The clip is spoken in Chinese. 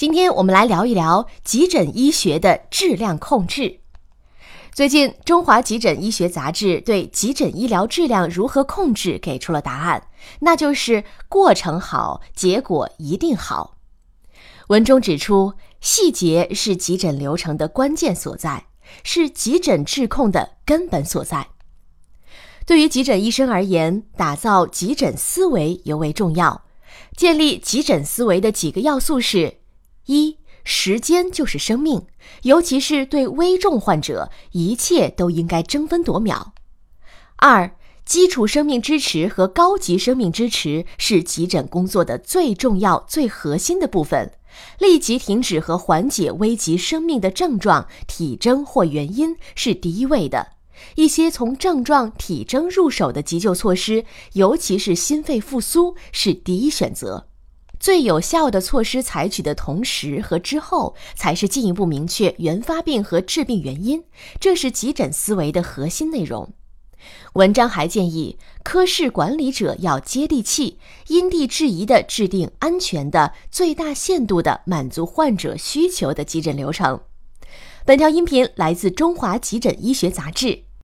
今天我们来聊一聊急诊医学的质量控制。最近，《中华急诊医学杂志》对急诊医疗质量如何控制给出了答案，那就是过程好，结果一定好。文中指出，细节是急诊流程的关键所在，是急诊质控的根本所在。对于急诊医生而言，打造急诊思维尤为重要。建立急诊思维的几个要素是：一、时间就是生命，尤其是对危重患者，一切都应该争分夺秒。二、基础生命支持和高级生命支持是急诊工作的最重要、最核心的部分。立即停止和缓解危及生命的症状、体征或原因是第一位的。一些从症状、体征入手的急救措施，尤其是心肺复苏，是第一选择。最有效的措施采取的同时和之后，才是进一步明确原发病和致病原因，这是急诊思维的核心内容。文章还建议，科室管理者要接地气，因地制宜地制定安全的、最大限度地满足患者需求的急诊流程。本条音频来自《中华急诊医学杂志》。